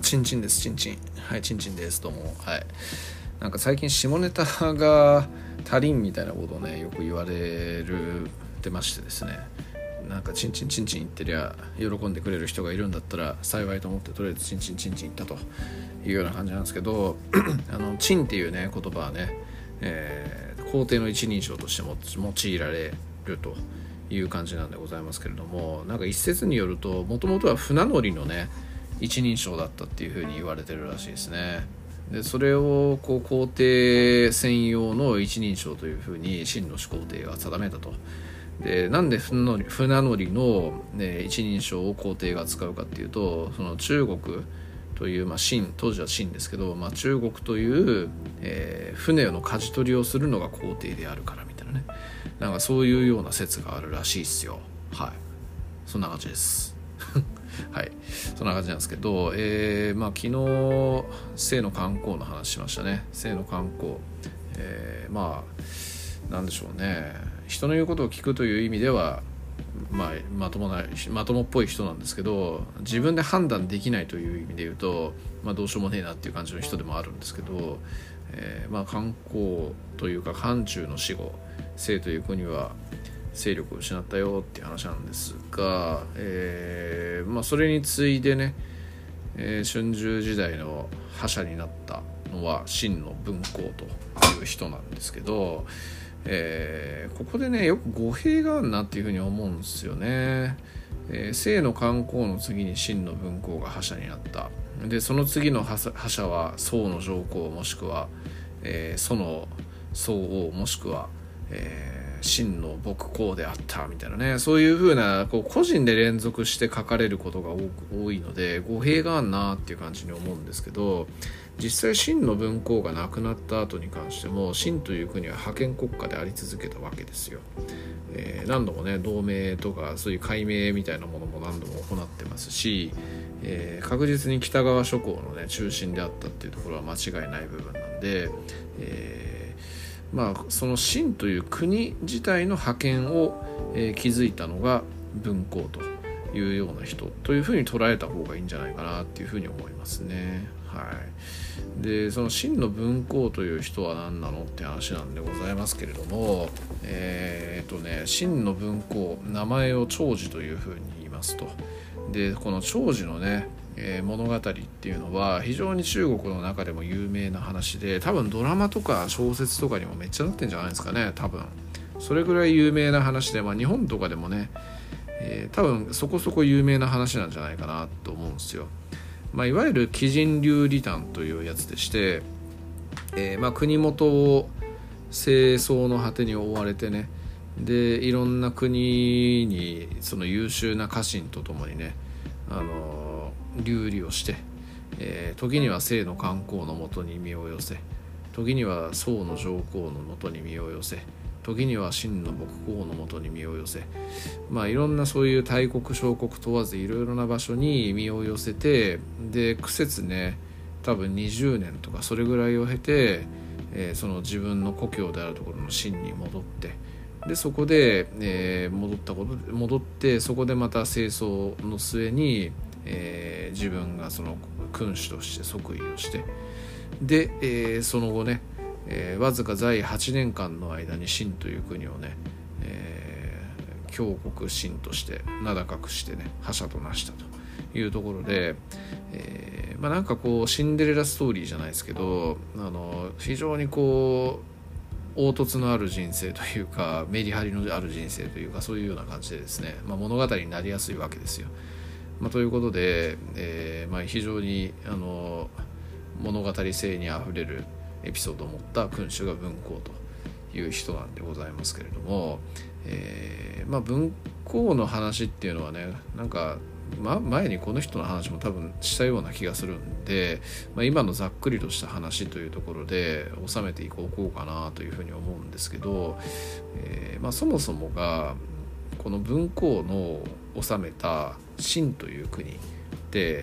チンチンです。チンチン。はい、チンチンです。どうも。はい。なんか最近下ネタが足りんみたいなことをね、よく言われてましてですね。なんかチンチンチンチン言ってりゃ喜んでくれる人がいるんだったら幸いと思って、とりあえずチンチンチンチン言ったというような感じなんですけどチンっていうね言葉はね、肯定の一人称としても用いられるという感じなんでございますけれども、なんか一説によるともともとは船乗りのね一人称だったっていうふうに言われてるらしいですね。でそれをこう肯定専用の一人称というふうに秦の始皇帝が定めたと。でなんで船乗りの、ね、一人称を皇帝が使うかっていうと、その中国という、秦当時は秦ですけど、中国という、船の舵取りをするのが皇帝であるからみたいなね、なんかそういうような説があるらしいですよ。はい、そんな感じですはい、そんな感じなんですけど、昨日性の観光の話しましたね。性の観光、なんでしょうね、人の言うことを聞くという意味では、まともっぽい人なんですけど、自分で判断できないという意味で言うと、どうしようもねえなっていう感じの人でもあるんですけど、観光というか漢中の死後、清という国は勢力を失ったよっていう話なんですが、それに次いでね、春秋時代の覇者になったのは秦の文公という人なんですけど、ここでねよく語弊があるなっていうふうに思うんですよね。清の漢光の次に秦の文公が覇者になった。でその次の覇者は宋の上皇もしくは、蘇の宋王もしくは、秦の牧公であったみたいなね、そういう風なこう個人で連続して書かれることが多いので語弊があるなっていう感じに思うんですけど、実際秦の文公が亡くなった後に関しても秦という国は覇権国家であり続けたわけですよ。何度もね同盟とかそういう改名みたいなものも何度も行ってますし、確実に北側諸侯のね中心であったっていうところは間違いない部分なんで、その秦という国自体の覇権を、築いたのが文公というような人というふうに捉えた方がいいんじゃないかなっていうふうに思いますね。はい、でその秦の文公という人は何なのって話なんでございますけれども、秦の文公、名前を長寿というふうに言いますと。でこの長寿のね物語っていうのは非常に中国の中でも有名な話で、多分ドラマとか小説とかにもめっちゃなってんじゃないですかね。多分それぐらい有名な話で、日本とかでもね、多分そこそこ有名な話なんじゃないかなと思うんですよ。いわゆる奇人流離譚というやつでして、国元を政争の果てに追われてね、でいろんな国にその優秀な家臣とともにね流離をして、時には清の漢光のもとに身を寄せ、時には宋の上皇のもとに身を寄せ、時には秦の牧公のもとに身を寄せ、いろんなそういう大国小国問わずいろいろな場所に身を寄せて、で苦節ね多分20年とかそれぐらいを経て、その自分の故郷であるところの秦に戻って、でそこで、戻ってそこでまた政争の末に、自分がその君主として即位をして、で、その後ね、わずか在位8年間の間に秦という国をね、強国秦として名高くしてね覇者となしたというところで、なんかこうシンデレラストーリーじゃないですけど、非常にこう凹凸のある人生というかメリハリのある人生というか、そういうような感じでですね、物語になりやすいわけですよ。ということで、非常に物語性にあふれるエピソードを持った君主が文公という人なんでございますけれども、文公の話っていうのはね、なんか、前にこの人の話も多分したような気がするんで、今のざっくりとした話というところで収めていこうかなというふうに思うんですけど、そもそもがこの文公の治めた秦という国って、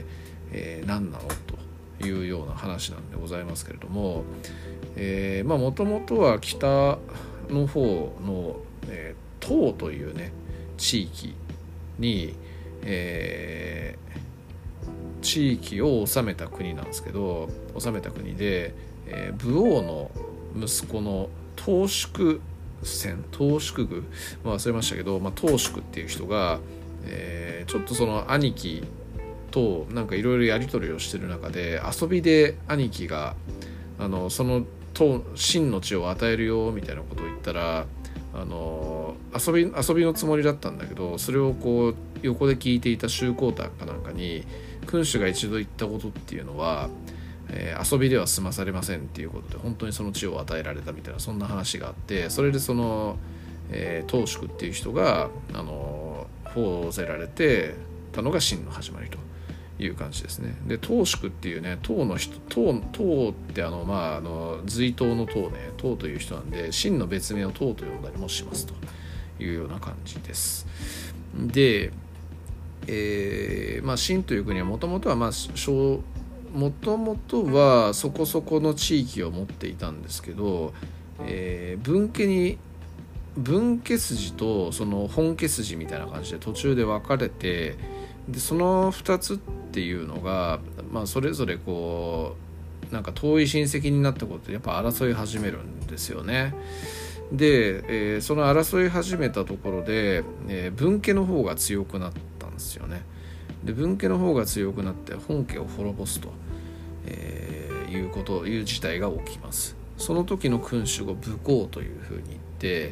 何なのというような話なんでございますけれども、もともとは北の方の、唐というね地域に、 地域を治めた国なんですけど、治めた国で、武王の息子の東宿宮、忘れましたけど、東宿っていう人が、ちょっとその兄貴となんかいろいろやり取りをしてる中で、遊びで兄貴がその秦の地を与えるよみたいなことを言ったら、遊びのつもりだったんだけど、それをこう横で聞いていた周公太かなんかに、君主が一度言ったことっていうのは、遊びでは済まされませんっていうことで本当にその地を与えられたみたいな、そんな話があって、それでその、東宿っていう人が報ぜられてたのが秦の始まりという感じですね。で、東宿っていうね、唐の人、唐って隋唐の唐ね、唐という人なんで、秦の別名を唐と呼んだりもしますというような感じです。で、秦という国はもともとはそこそこの地域を持っていたんですけど、分家筋とその本家筋みたいな感じで途中で分かれて、でその2つっていうのが、それぞれこうなんか遠い親戚になったことでやっぱ争い始めるんですよね。で、その争い始めたところで、分家の方が強くなったんですよね。で、分家の方が強くなって本家を滅ぼすと、いう事態が起きます。その時の君主が武公というふうに言って、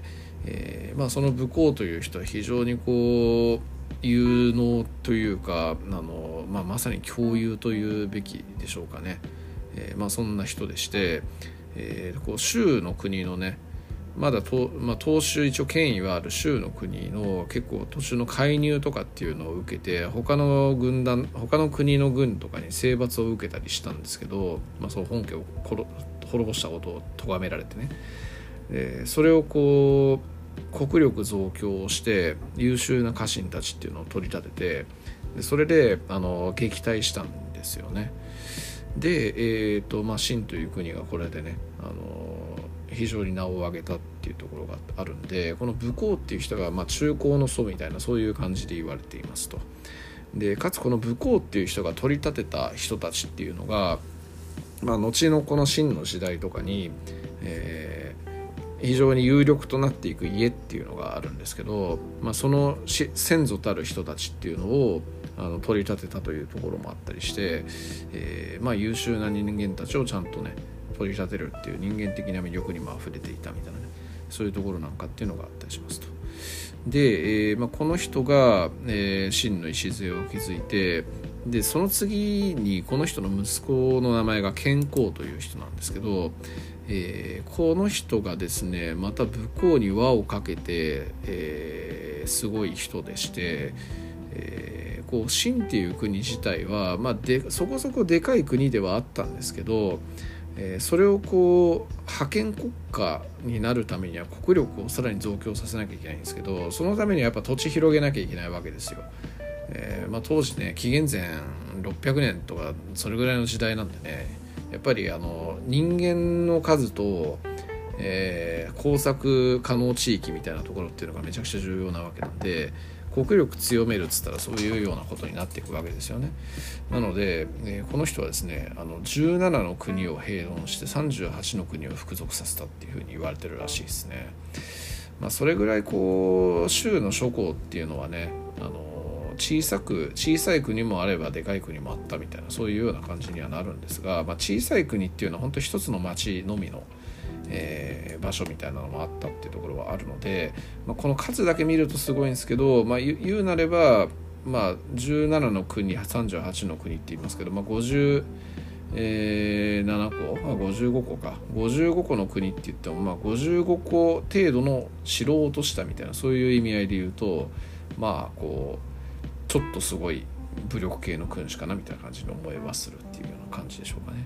その武公という人は非常にこう有能というか、まさに共有というべきでしょうかね。そんな人でして、こう周の国のね、まだ東州一応権威はある周の国の結構途中の介入とかっていうのを受けて、他の国の軍とかに征伐を受けたりしたんですけど、そう本家を滅ぼしたことを咎められてね、それをこう国力増強して優秀な家臣たちっていうのを取り立てて、でそれで撃退したんですよね。で、秦という国がこれでね、非常に名を上げたっていうところがあるんで、この武公っていう人が中興の祖みたいな、そういう感じで言われていますと。でかつこの武公っていう人が取り立てた人たちっていうのが、後のこの秦の時代とかに、非常に有力となっていく家っていうのがあるんですけど、その先祖たる人たちっていうのを取り立てたというところもあったりして、優秀な人間たちをちゃんとね取り立てるっていう人間的な魅力にも溢れていたみたいなね、そういうところなんかっていうのがあったりしますと。で、この人が、秦の礎を築いて、でその次にこの人の息子の名前が健康という人なんですけど、この人がですねまた武功に輪をかけて、すごい人でして、こう秦っていう国自体は、そこそこでかい国ではあったんですけど、それをこう覇権国家になるためには国力をさらに増強させなきゃいけないんですけど、そのためにはやっぱ土地広げなきゃいけないわけですよ。当時ね紀元前600年とかそれぐらいの時代なんでね、やっぱり人間の数と、耕作可能地域みたいなところっていうのがめちゃくちゃ重要なわけなんで、国力強めるっつったらそういうようなことになっていくわけですよね。なので、この人はですね17の国を併合して38の国を服属させたっていうふうに言われてるらしいですね。それぐらいこう州の諸侯っていうのはね小さい国もあればでかい国もあったみたいな、そういうような感じにはなるんですが、小さい国っていうのは本当一つの町のみの、場所みたいなのもあったっていうところはあるので、この数だけ見るとすごいんですけど、言うなれば、17の国38の国って言いますけど、57個、55個か55個の国って言っても、55個程度の城を落としたみたいな、そういう意味合いで言うとこうちょっとすごい武力系の君主かなみたいな感じの思いはするっていうような感じでしょうかね。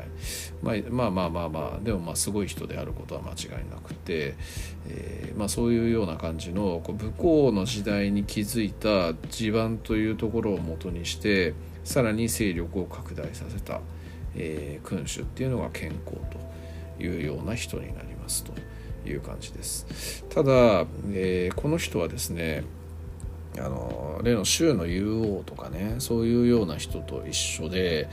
でもすごい人であることは間違いなくて、そういうような感じの武功の時代に築いた地盤というところを元にしてさらに勢力を拡大させた、君主っていうのが健康というような人になりますという感じです。ただ、この人はですね例の州の竜王とかね、そういうような人と一緒で、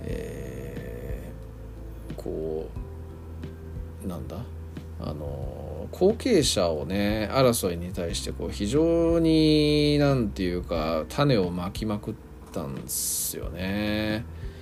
こうなんだ後継者をね争いに対して非常になんていうか種をまきまくったんですよね。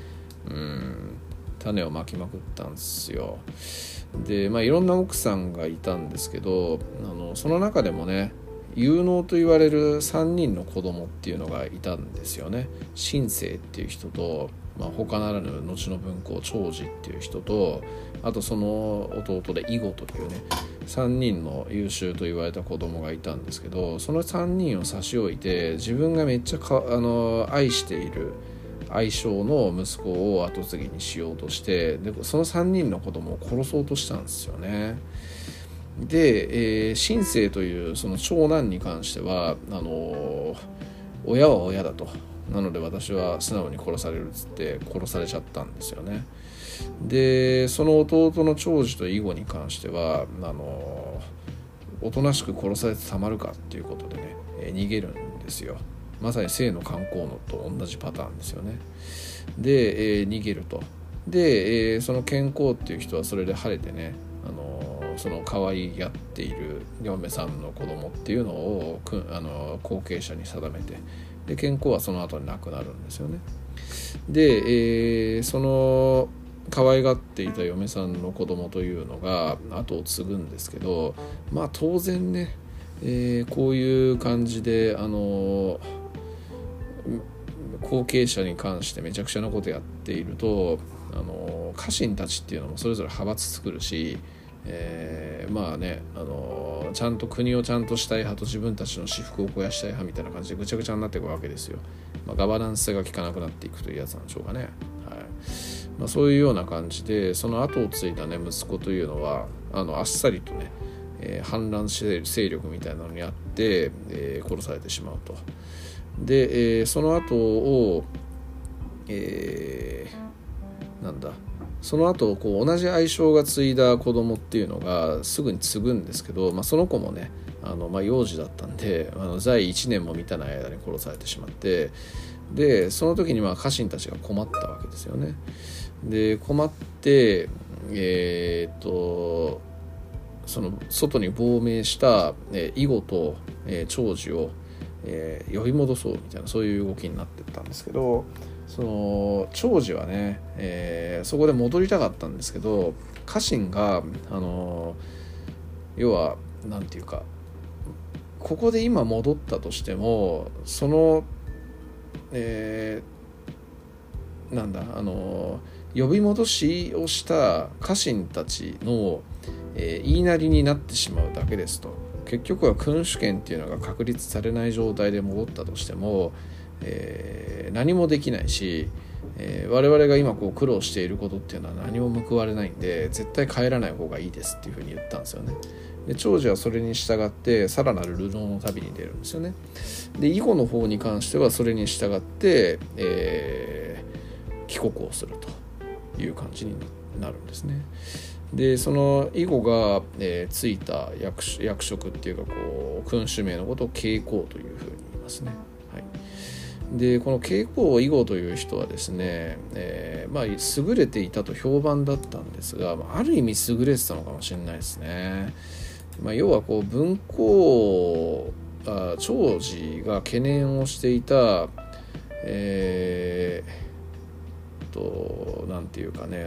種をまきまくったんですよ。でいろんな奥さんがいたんですけど、その中でもね有能と言われる3人の子供っていうのがいたんですよね。新生っていう人と、他ならぬ後の文公長治っていう人と、あとその弟で囲碁というね3人の優秀と言われた子供がいたんですけど、その3人を差し置いて自分がめっちゃ愛している愛称の息子を後継ぎにしようとして、でその3人の子供を殺そうとしたんですよね。で、新生というその長男に関しては親は親だと、なので私は素直に殺されるっつって殺されちゃったんですよね。でその弟の長治と囲碁に関してはおとなしく殺されてたまるかっていうことでね、逃げるんですよ。まさに生の観光のと同じパターンですよね。で、逃げると。で、その健康っていう人はそれで晴れてねその可愛がっている嫁さんの子供っていうのを後継者に定めて、で健康はその後に亡くなるんですよね。で、その可愛がっていた嫁さんの子供というのが後を継ぐんですけど、当然ね、こういう感じで後継者に関してめちゃくちゃなことやっていると家臣たちっていうのもそれぞれ派閥作るし、ちゃんと国をちゃんとしたい派と自分たちの私腹を肥やしたい派みたいな感じでぐちゃぐちゃになっていくわけですよ。ガバナンスが効かなくなっていくというやつなんでしょうかね。そういうような感じでその後を継いだね息子というのはあっさりとね、反乱勢力みたいなのにあって、殺されてしまうと。で、その後を、その後同じ愛称が継いだ子供っていうのがすぐに継ぐんですけど、その子もね幼児だったんで在位1年も満たない間に殺されてしまって、でその時に家臣たちが困ったわけですよね。で困ってその外に亡命した囲碁と長治を呼び戻そうみたいな、そういう動きになってったんですけど、その長治はね、そこで戻りたかったんですけど、家臣が要はなんていうかここで今戻ったとしてもその呼び戻しをした家臣たちの、言いなりになってしまうだけですと。結局は君主権っていうのが確立されない状態で戻ったとしても、何もできないし、我々が今苦労していることっていうのは何も報われないんで絶対帰らない方がいいですっていうふうに言ったんですよね。で長治はそれに従ってさらなる流浪の旅に出るんですよね。で囲碁の方に関してはそれに従って、帰国をするという感じになるんですね。でその囲碁が、ついた役職っていうか君主名のことを慶光というふうに言いますね。でこの慶光囲碁という人はですね、優れていたと評判だったんですが、ある意味優れてたのかもしれないですね。要は文公長治が懸念をしていたなんていうかね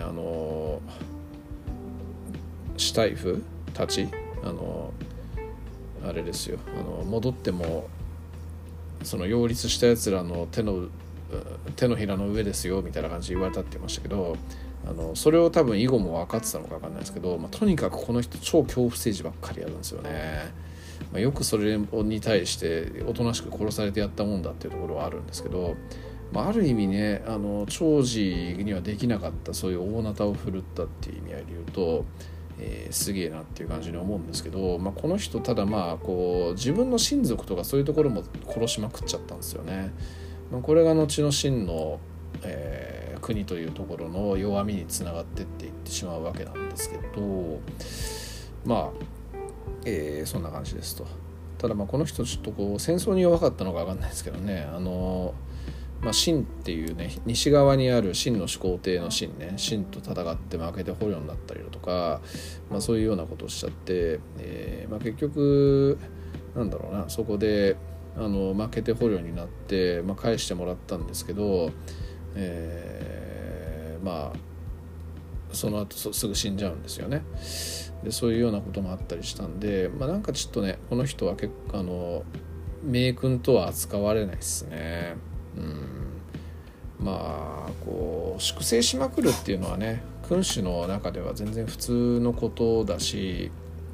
シュタイフたちあれですよ、戻ってもその擁立したやつらの手のひらの上ですよみたいな感じで言われたって言いましたけど、それを多分囲碁も分かってたのか分かんないですけど、とにかくこの人超恐怖政治ばっかりやるんですよね。よくそれに対しておとなしく殺されてやったもんだっていうところはあるんですけど、ある意味ね長治にはできなかったそういう大なたを振るったっていう意味合いで言うと、すげえなっていう感じに思うんですけど、この人ただ自分の親族とかそういうところも殺しまくっちゃったんですよね。これが後の秦の、国というところの弱みにつながってっていってしまうわけなんですけど、そんな感じですと。 ただこの人ちょっとこう戦争に弱かったのか分かんないですけどね、秦っていうね西側にある秦の始皇帝の秦ね、秦と戦って負けて捕虜になったりだとか、そういうようなことをしちゃって、結局なんだろうな、そこで負けて捕虜になって、返してもらったんですけど、その後すぐ死んじゃうんですよね。でそういうようなこともあったりしたんで、なんかちょっとねこの人は結構名君とは扱われないですね。こう粛清しまくるっていうのはね君主の中では全然普通のことだし、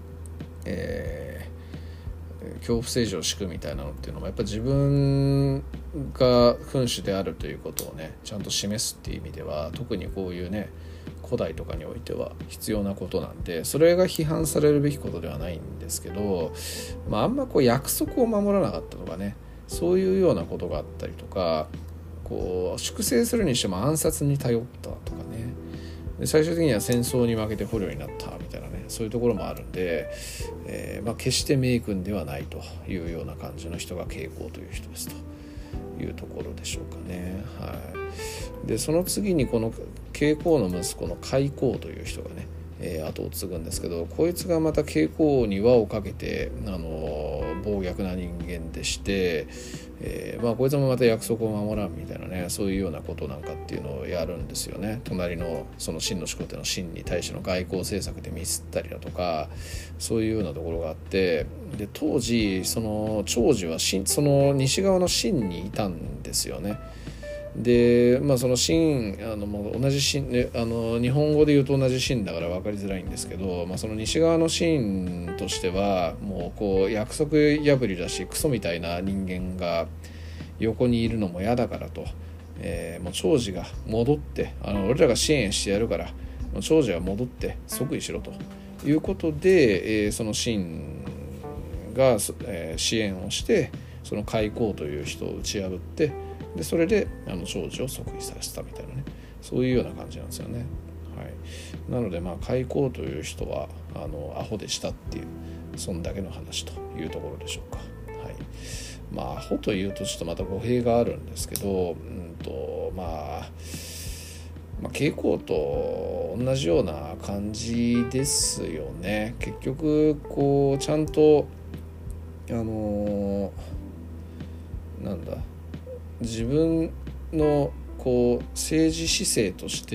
恐怖政治を敷くみたいなのっていうのもやっぱり自分が君主であるということをねちゃんと示すっていう意味では、特にこういうね古代とかにおいては必要なことなんで、それが批判されるべきことではないんですけど、あんまこう約束を守らなかったとかね、そういうようなことがあったりとか、こう粛清するにしても暗殺に頼ったとかね、で最終的には戦争に負けて捕虜になったみたいなね、そういうところもあるんで、決して名君ではないというような感じの人が慶光という人ですというところでしょうかね。でその次にこの慶光の息子の開光という人がね、後を継ぐんですけど、こいつがまた慶光に輪をかけて暴虐な人間でして、こいつもまた約束を守らんみたいなね、そういうようなことなんかっていうのをやるんですよね。隣のその秦の始皇帝の秦に対しての外交政策でミスったりだとか、そういうようなところがあって、で当時その長寿はその西側の秦にいたんですよね。でその秦もう同じ秦で日本語で言うと同じ秦だから分かりづらいんですけど、その西側の秦としてはもうこう約束破りだしクソみたいな人間が横にいるのも嫌だからと、もう長寿が戻って俺らが支援してやるからもう長寿は戻って即位しろということで、その秦が、支援をしてその開光という人を打ち破って、でそれで長寿を即位させたみたいなね、そういうような感じなんですよね。なので開光という人はアホでしたっていうそんだけの話というところでしょうか。アホというとちょっとまた語弊があるんですけど、慶光と同じような感じですよね。結局こうちゃんと自分のこう政治姿勢として、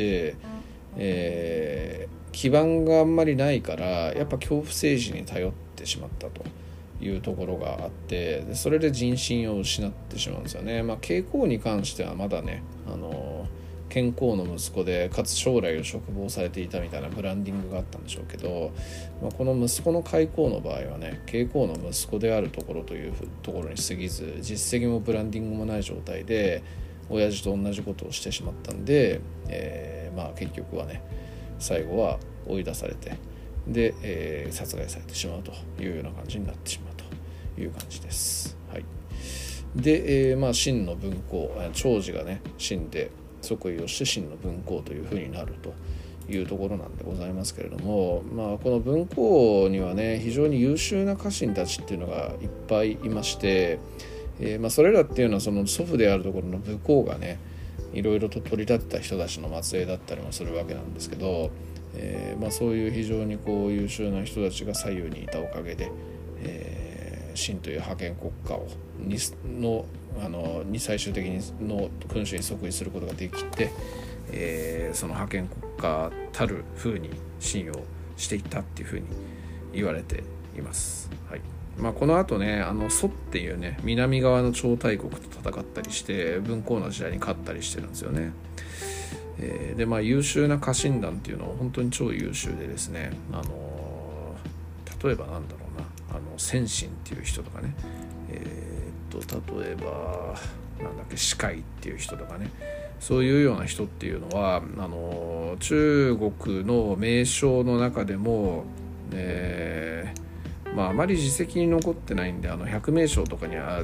基盤があんまりないからやっぱ恐怖政治に頼ってしまったというところがあって、でそれで人心を失ってしまうんですよね。慶光に関してはまだね健康の息子でかつ将来を嘱望されていたみたいなブランディングがあったんでしょうけど、この息子の開光の場合はね慶光の息子であるところというところに過ぎず、実績もブランディングもない状態で親父と同じことをしてしまったんで、結局はね最後は追い出されてで、殺害されてしまうというような感じになってしまうという感じです。で、秦の分校長寿がね秦で即位をして秦の分校というふうになるというところなんでございますけれども、この分校にはね非常に優秀な家臣たちっていうのがいっぱいいまして、それらっていうのはその祖父であるところの武功がねいろいろと取り立てた人たちの末裔だったりもするわけなんですけど、そういう非常にこう優秀な人たちが左右にいたおかげで、秦という覇権国家に最終的にの君主に即位することができて、その覇権国家たる風に秦をしていったっていう風に言われています。この後ね蘇っていうね南側の超大国と戦ったりして分校の時代に勝ったりしてるんですよね。で優秀な家臣団っていうのは本当に超優秀でですね、例えば先進っていう人とかね、例えば司会っていう人とかね、そういうような人っていうのは中国の名将の中でも、あまり実績に残ってないんで100名将とかには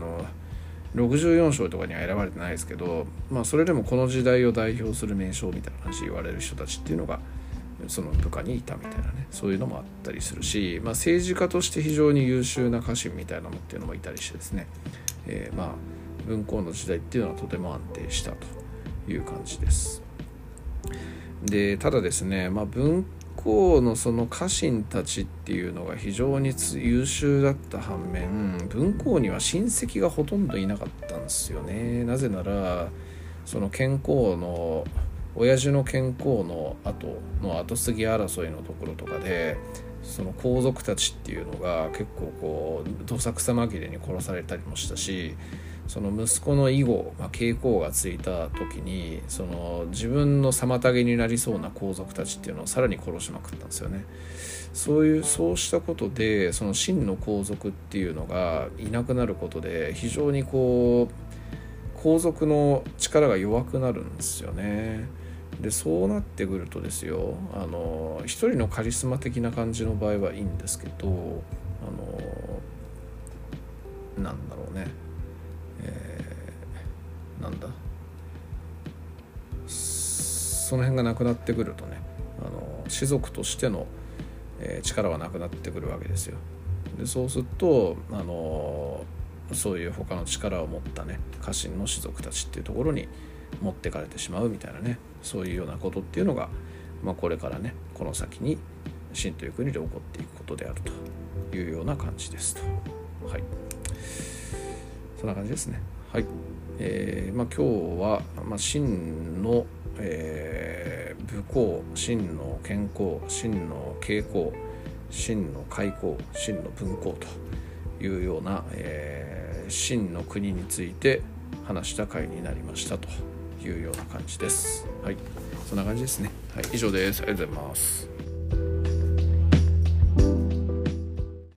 64将とかには選ばれてないですけど、それでもこの時代を代表する名将みたいな話言われる人たちっていうのが、 その部下にいたみたいなね、そういうのもあったりするし、政治家として非常に優秀な家臣みたいなのっていうのもいたりしてですね、文公の時代っていうのはとても安定したという感じです。でただですね、文公のその家臣たちっていうのが非常に優秀だった反面、文公には親戚がほとんどいなかったんですよね。なぜならその健康の親父の健康の後継ぎ争いのところとかで、その皇族たちっていうのが結構こうどさくさ紛れに殺されたりもしたし、その息子の以後、慶公がついた時にその自分の妨げになりそうな皇族たちっていうのをさらに殺しまくったんですよね。そうしたことでその真の皇族っていうのがいなくなることで非常にこう皇族の力が弱くなるんですよね。でそうなってくるとですよ、一人のカリスマ的な感じの場合はいいんですけど、なんだろうね、その辺がなくなってくるとね、士族としての、力はなくなってくるわけですよ。でそうするとそういう他の力を持ったね家臣の士族たちっていうところに持ってかれてしまうみたいなね、そういうようなことっていうのが、これからねこの先に秦という国で起こっていくことであるというような感じですと。はい、そんな感じですね。はい、今日は、秦の、武功、秦の健康、秦の慶公、秦の開公、秦の文公というような、秦の国について話した回になりましたというような感じです。はい、そんな感じですね。はい、以上です。ありがとうございます。